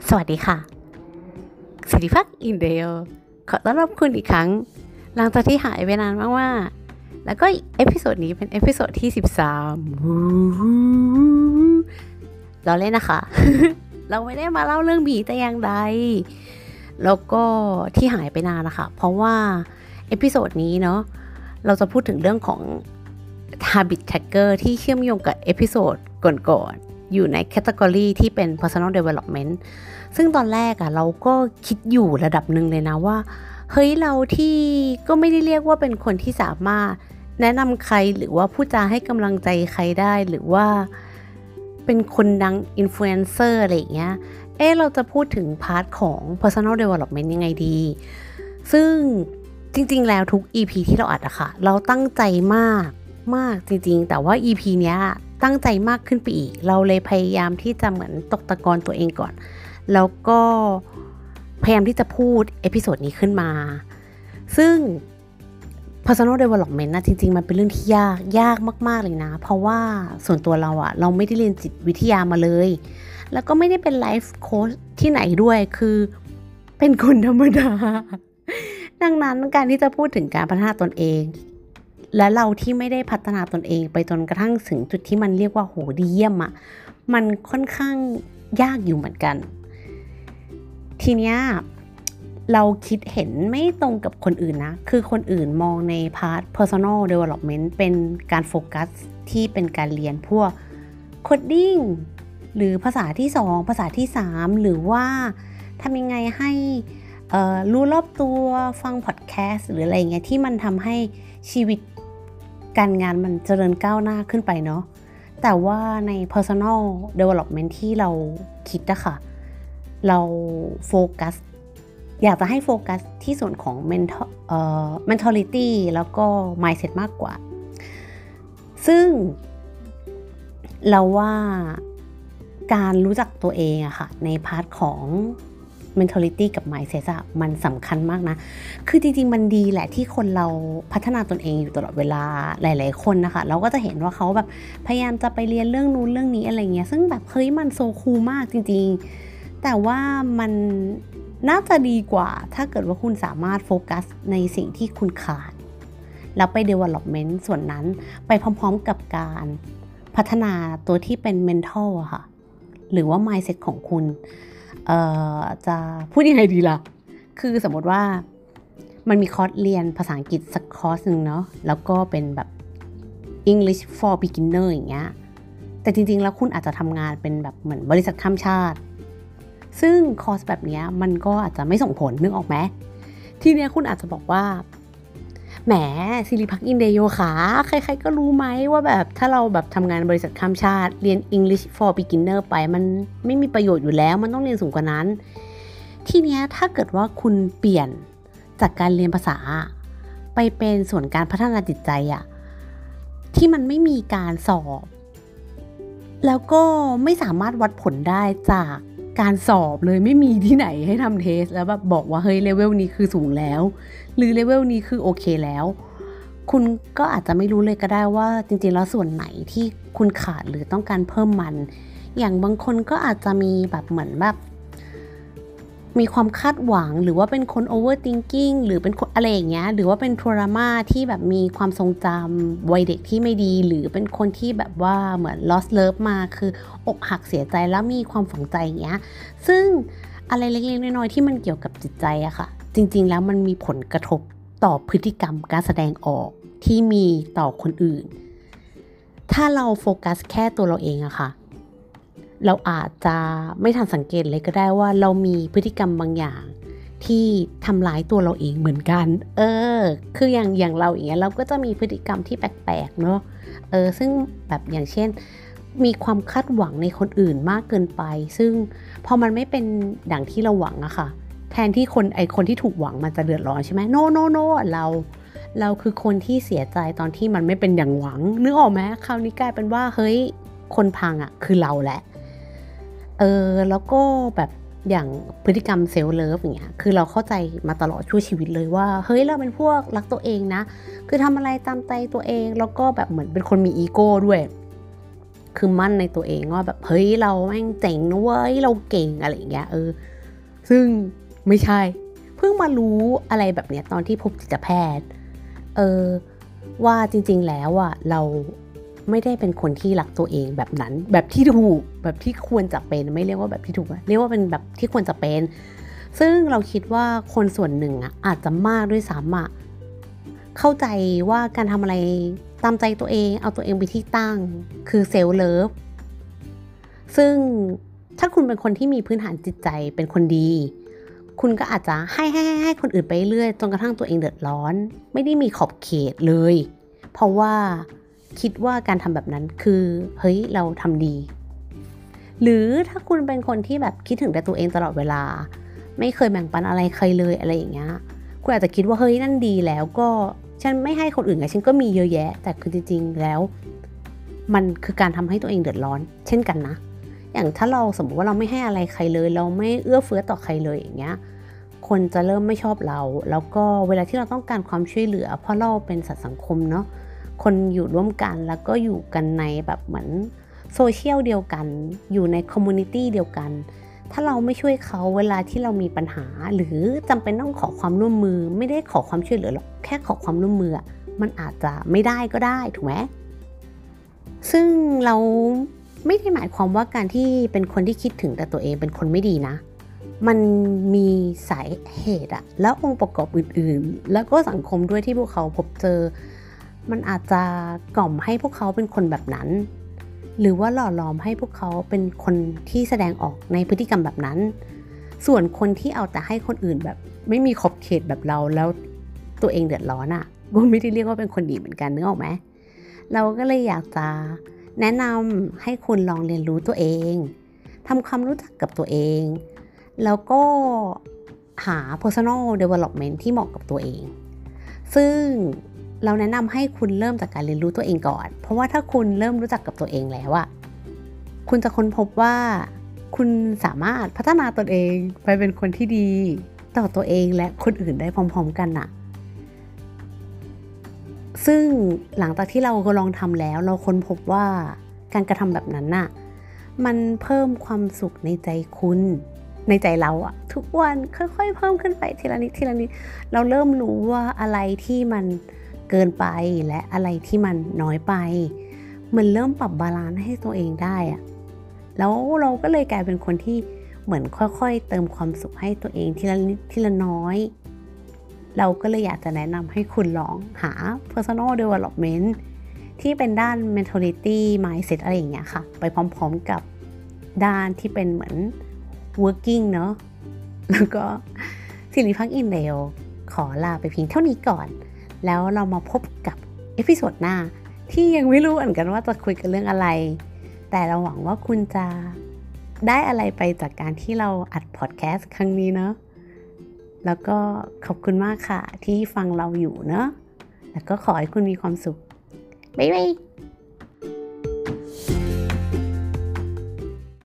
สวัสดีค่ะสิริภักดิ์อินเดียขอต้อนรับคุณอีกครั้งหลังจากที่หายไปนานมากๆแล้วก็เอพิโซดนี้เป็นเอพิโซดที่13เราเล่นนะคะ เราไม่ได้มาเล่าเรื่องผีแต่อย่างใดแล้วก็ที่หายไปนานนะคะเพราะว่าเอพิโซดนี้เนาะเราจะพูดถึงเรื่องของ habit tracker ที่เชื่อมโยงกับเอพิโซดก่อนๆอยู่ในแคตตากรีที่เป็น personal development ซึ่งตอนแรกเราก็คิดอยู่ระดับหนึ่งเลยนะว่าเฮ้ยเราที่ก็ไม่ได้เรียกว่าเป็นคนที่สามารถแนะนำใครหรือว่าพูดจาให้กำลังใจใครได้หรือว่าเป็นคนดังอินฟลูเอนเซอร์อะไรอย่างเงี้ยเราจะพูดถึงพาร์ทของ personal development ยังไงดีซึ่งจริงๆแล้วทุก EP ที่เราอัดอะค่ะเราตั้งใจมากจริงๆแต่ว่า EP เนี้ยตั้งใจมากขึ้นไปอีกเราเลยพยายามที่จะเหมือนตกตะกอนตัวเองก่อนแล้วก็พยายามที่จะพูดเอพิโซดนี้ขึ้นมาซึ่ง personal development นะจริงๆมันเป็นเรื่องที่ยากมากๆเลยนะเพราะว่าส่วนตัวเราไม่ได้เรียนจิตวิทยามาเลยแล้วก็ไม่ได้เป็นไลฟ์โค้ชที่ไหนด้วยคือเป็นคนธรรมดาดังนั้นการที่จะพูดถึงการพัฒนาตนเองและเราที่ไม่ได้พัฒนาตนเองไปจนกระทั่งถึงจุดที่มันเรียกว่าโหดีเยี่ยมมันค่อนข้างยากอยู่เหมือนกันทีเนี้ยเราคิดเห็นไม่ตรงกับคนอื่นนะคือคนอื่นมองในพาร์ท personal development เป็นการโฟกัสที่เป็นการเรียนพวก coding หรือภาษาที่2ภาษาที่3หรือว่าทำยังไงให้รู้รอบตัวฟังพอดแคสต์หรืออะไรเงี้ยที่มันทำให้ชีวิตการงานมันเจริญก้าวหน้าขึ้นไปเนาะแต่ว่าใน personal development ที่เราคิดอะค่ะเราโฟกัสอยากจะให้โฟกัสที่ส่วนของ mentality แล้วก็ mindset มากกว่าซึ่งเราว่าการรู้จักตัวเองอะค่ะในพาร์ทของ mentality กับ mindset มันสำคัญมากนะคือจริงๆมันดีแหละที่คนเราพัฒนาตนเองอยู่ตลอดเวลาหลายๆคนนะคะเราก็จะเห็นว่าเขาแบบพยายามจะไปเรียนเรื่องนู้นเรื่องนี้อะไรเงี้ยซึ่งแบบเฮ้ยมันโซคูลมากจริงๆแต่ว่ามันน่าจะดีกว่าถ้าเกิดว่าคุณสามารถโฟกัสในสิ่งที่คุณขาดแล้วไป development ส่วนนั้นไปพร้อมๆกับการพัฒนาตัวที่เป็น mental อะค่ะหรือว่า mindset ของคุณจะพูดยังไงดีล่ะคือสมมติว่ามันมีคอร์สเรียนภาษาอังกฤษสักคอร์สนึงเนาะแล้วก็เป็นแบบ English for beginner อย่างเงี้ยแต่จริงๆแล้วคุณอาจจะทำงานเป็นแบบเหมือนบริษัทข้ามชาติซึ่งคอร์สแบบนี้มันก็อาจจะไม่ส่งผลนึกออกไหมทีเนี้ยคุณอาจจะบอกว่าแหมสิริภักดิ์อินเดียค่ะใครๆก็รู้ไหมว่าแบบถ้าเราแบบทำงานบริษัทข้ามชาติเรียน English for beginner ไปมันไม่มีประโยชน์อยู่แล้วมันต้องเรียนสูงกว่านั้นทีเนี้ยถ้าเกิดว่าคุณเปลี่ยนจากการเรียนภาษาไปเป็นส่วนการพัฒนาจิตใจที่มันไม่มีการสอบแล้วก็ไม่สามารถวัดผลได้จากการสอบเลยไม่มีที่ไหนให้ทำเทสแล้วแบบบอกว่าเฮ้ยเลเวลนี้คือสูงแล้วหรือเลเวลนี้คือโอเคแล้วคุณก็อาจจะไม่รู้เลยก็ได้ว่าจริงๆแล้วส่วนไหนที่คุณขาดหรือต้องการเพิ่มมันอย่างบางคนก็อาจจะมีแบบเหมือนแบบมีความคาดหวังหรือว่าเป็นคน overthinking หรือเป็นคนอะไรอย่างเงี้ยหรือว่าเป็น trauma ที่แบบมีความทรงจำวัยเด็กที่ไม่ดีหรือเป็นคนที่แบบว่าเหมือน lost love มาคืออกหักเสียใจแล้วมีความฝังใจอย่างเงี้ยซึ่งอะไรเล็กๆน้อยๆที่มันเกี่ยวกับจิตใจอะค่ะจริงๆแล้วมันมีผลกระทบต่อพฤติกรรมการแสดงออกที่มีต่อคนอื่นถ้าเราโฟกัสแค่ตัวเราเองอะค่ะเราอาจจะไม่ทันสังเกตเลยก็ได้ว่าเรามีพฤติกรรมบางอย่างที่ทำร้ายตัวเราเองเหมือนกันคืออย่างเราอย่างเงี้ยเราก็จะมีพฤติกรรมที่แปลกๆเนาะซึ่งแบบอย่างเช่นมีความคาดหวังในคนอื่นมากเกินไปซึ่งพอมันไม่เป็นดั่งที่เราหวังอะค่ะแทนที่คนที่ถูกหวังมันจะเดือดร้อนใช่ไหมโนเราคือคนที่เสียใจตอนที่มันไม่เป็นอย่างหวังนึกออกไหมคราวนี้กลายเป็นว่าเฮ้ยคนพังอะคือเราแหละแล้วก็แบบอย่างพฤติกรรมเซลฟ์เลิฟอย่างเงี้ยคือเราเข้าใจมาตลอดชั่วชีวิตเลยว่าเฮ้ยเราเป็นพวกรักตัวเองนะคือทำอะไรตามใจตัวเองแล้วก็แบบเหมือนเป็นคนมีอีโก้ด้วยคือมั่นในตัวเองว่าแบบเฮ้ยเราแม่งเจ๋งนะเว้ยเราเก่งอะไรอย่างเงี้ยซึ่งไม่ใช่เพิ่งมารู้อะไรแบบเนี้ยตอนที่พบจิตแพทย์ว่าจริงๆแล้วอ่ะเราไม่ได้เป็นคนที่รักตัวเองแบบนั้นแบบที่ถูกแบบที่ควรจะเป็นไม่เรียกว่าแบบที่ถูกเรียกว่าเป็นแบบที่ควรจะเป็นซึ่งเราคิดว่าคนส่วนหนึ่งอ่ะอาจจะมากด้วยซ้ำอ่ะเข้าใจว่าการทำอะไรตามใจตัวเองเอาตัวเองไปที่ตั้งคือเซลฟ์เลิฟซึ่งถ้าคุณเป็นคนที่มีพื้นฐานจิตใจเป็นคนดีคุณก็อาจจะให้คนอื่นไปเรื่อยจนกระทั่งตัวเองเดือดร้อนไม่ได้มีขอบเขตเลยเพราะว่าคิดว่าการทำแบบนั้นคือเฮ้ยเราทำดีหรือถ้าคุณเป็นคนที่แบบคิดถึงแต่ตัวเองตลอดเวลาไม่เคยแบ่งปันอะไรใครเลยอะไรอย่างเงี้ยคุณอาจจะคิดว่าเฮ้ยนั่นดีแล้วก็ฉันไม่ให้คนอื่นไงฉันก็มีเยอะแยะแต่คือจริงๆแล้วมันคือการทำให้ตัวเองเดือดร้อนเช่นกันนะอย่างถ้าเราสมมติว่าเราไม่ให้อะไรใครเลยเราไม่เอื้อเฟื้อต่อใครเลยอย่างเงี้ยคนจะเริ่มไม่ชอบเราแล้วก็เวลาที่เราต้องการความช่วยเหลือเพราะเราเป็นสัตว์สังคมเนาะคนอยู่ร่วมกันแล้วก็อยู่กันในแบบเหมือนโซเชียลเดียวกันอยู่ในคอมมูนิตี้เดียวกันถ้าเราไม่ช่วยเขาเวลาที่เรามีปัญหาหรือจำเป็นต้องขอความร่วมมือไม่ได้ขอความช่วยเหลือหรอกแค่ขอความร่วมมือมันอาจจะไม่ได้ก็ได้ถูกไหมซึ่งเราไม่ได้หมายความว่าการที่เป็นคนที่คิดถึงแต่ตัวเองเป็นคนไม่ดีนะมันมีสาเหตุแล้วองค์ประกอบอื่นๆแล้วก็สังคมด้วยที่พวกเขาพบเจอมันอาจจะกล่อมให้พวกเขาเป็นคนแบบนั้นหรือว่าหล่อหลอมให้พวกเขาเป็นคนที่แสดงออกในพฤติกรรมแบบนั้นส่วนคนที่เอาแต่ให้คนอื่นแบบไม่มีขอบเขตแบบเราแล้วตัวเองเดือดร้อนก็ไม่ได้เรียกว่าเป็นคนดีเหมือนกันนึกออกไหมเราก็เลยอยากจะแนะนำให้คุณลองเรียนรู้ตัวเองทำความรู้จักกับตัวเองแล้วก็หา personal development ที่เหมาะกับตัวเองซึ่งเราแนะนำให้คุณเริ่มจากการเรียนรู้ตัวเองก่อนเพราะว่าถ้าคุณเริ่มรู้จักกับตัวเองแล้วคุณจะค้นพบว่าคุณสามารถพัฒนาตนเองไปเป็นคนที่ดีต่อตัวเองและคนอื่นได้พร้อมๆกันซึ่งหลังจากที่เราลองทำแล้วเราค้นพบว่าการกระทำแบบนั้นมันเพิ่มความสุขในใจคุณในใจเราทุกวันค่อยๆเพิ่มขึ้นไปทีละนิดทีละนิดเราเริ่มรู้ว่าอะไรที่มันเกินไปและอะไรที่มันน้อยไปมันเริ่มปรับบาลานซ์ให้ตัวเองได้แล้วเราก็เลยกลายเป็นคนที่เหมือนค่อยๆเติมความสุขให้ตัวเองทีละนิดทีละน้อยเราก็เลยอยากจะแนะนำให้คุณลองหา personal development ที่เป็นด้าน mentality mindset อะไรอย่างเงี้ยค่ะไปพร้อมๆกับด้านที่เป็นเหมือน working เนาะแล้วก็ศิริพักอินเดลขอลาไปเพียงเท่านี้ก่อนแล้วเรามาพบกับเอพิโซดหน้าที่ยังไม่รู้เหมือนกันว่าจะคุยกันเรื่องอะไรแต่เราหวังว่าคุณจะได้อะไรไปจากการที่เราอัดพอดแคสต์ครั้งนี้เนาะแล้วก็ขอบคุณมากค่ะที่ฟังเราอยู่เนาะแล้วก็ขอให้คุณมีความสุขบ๊ายบาย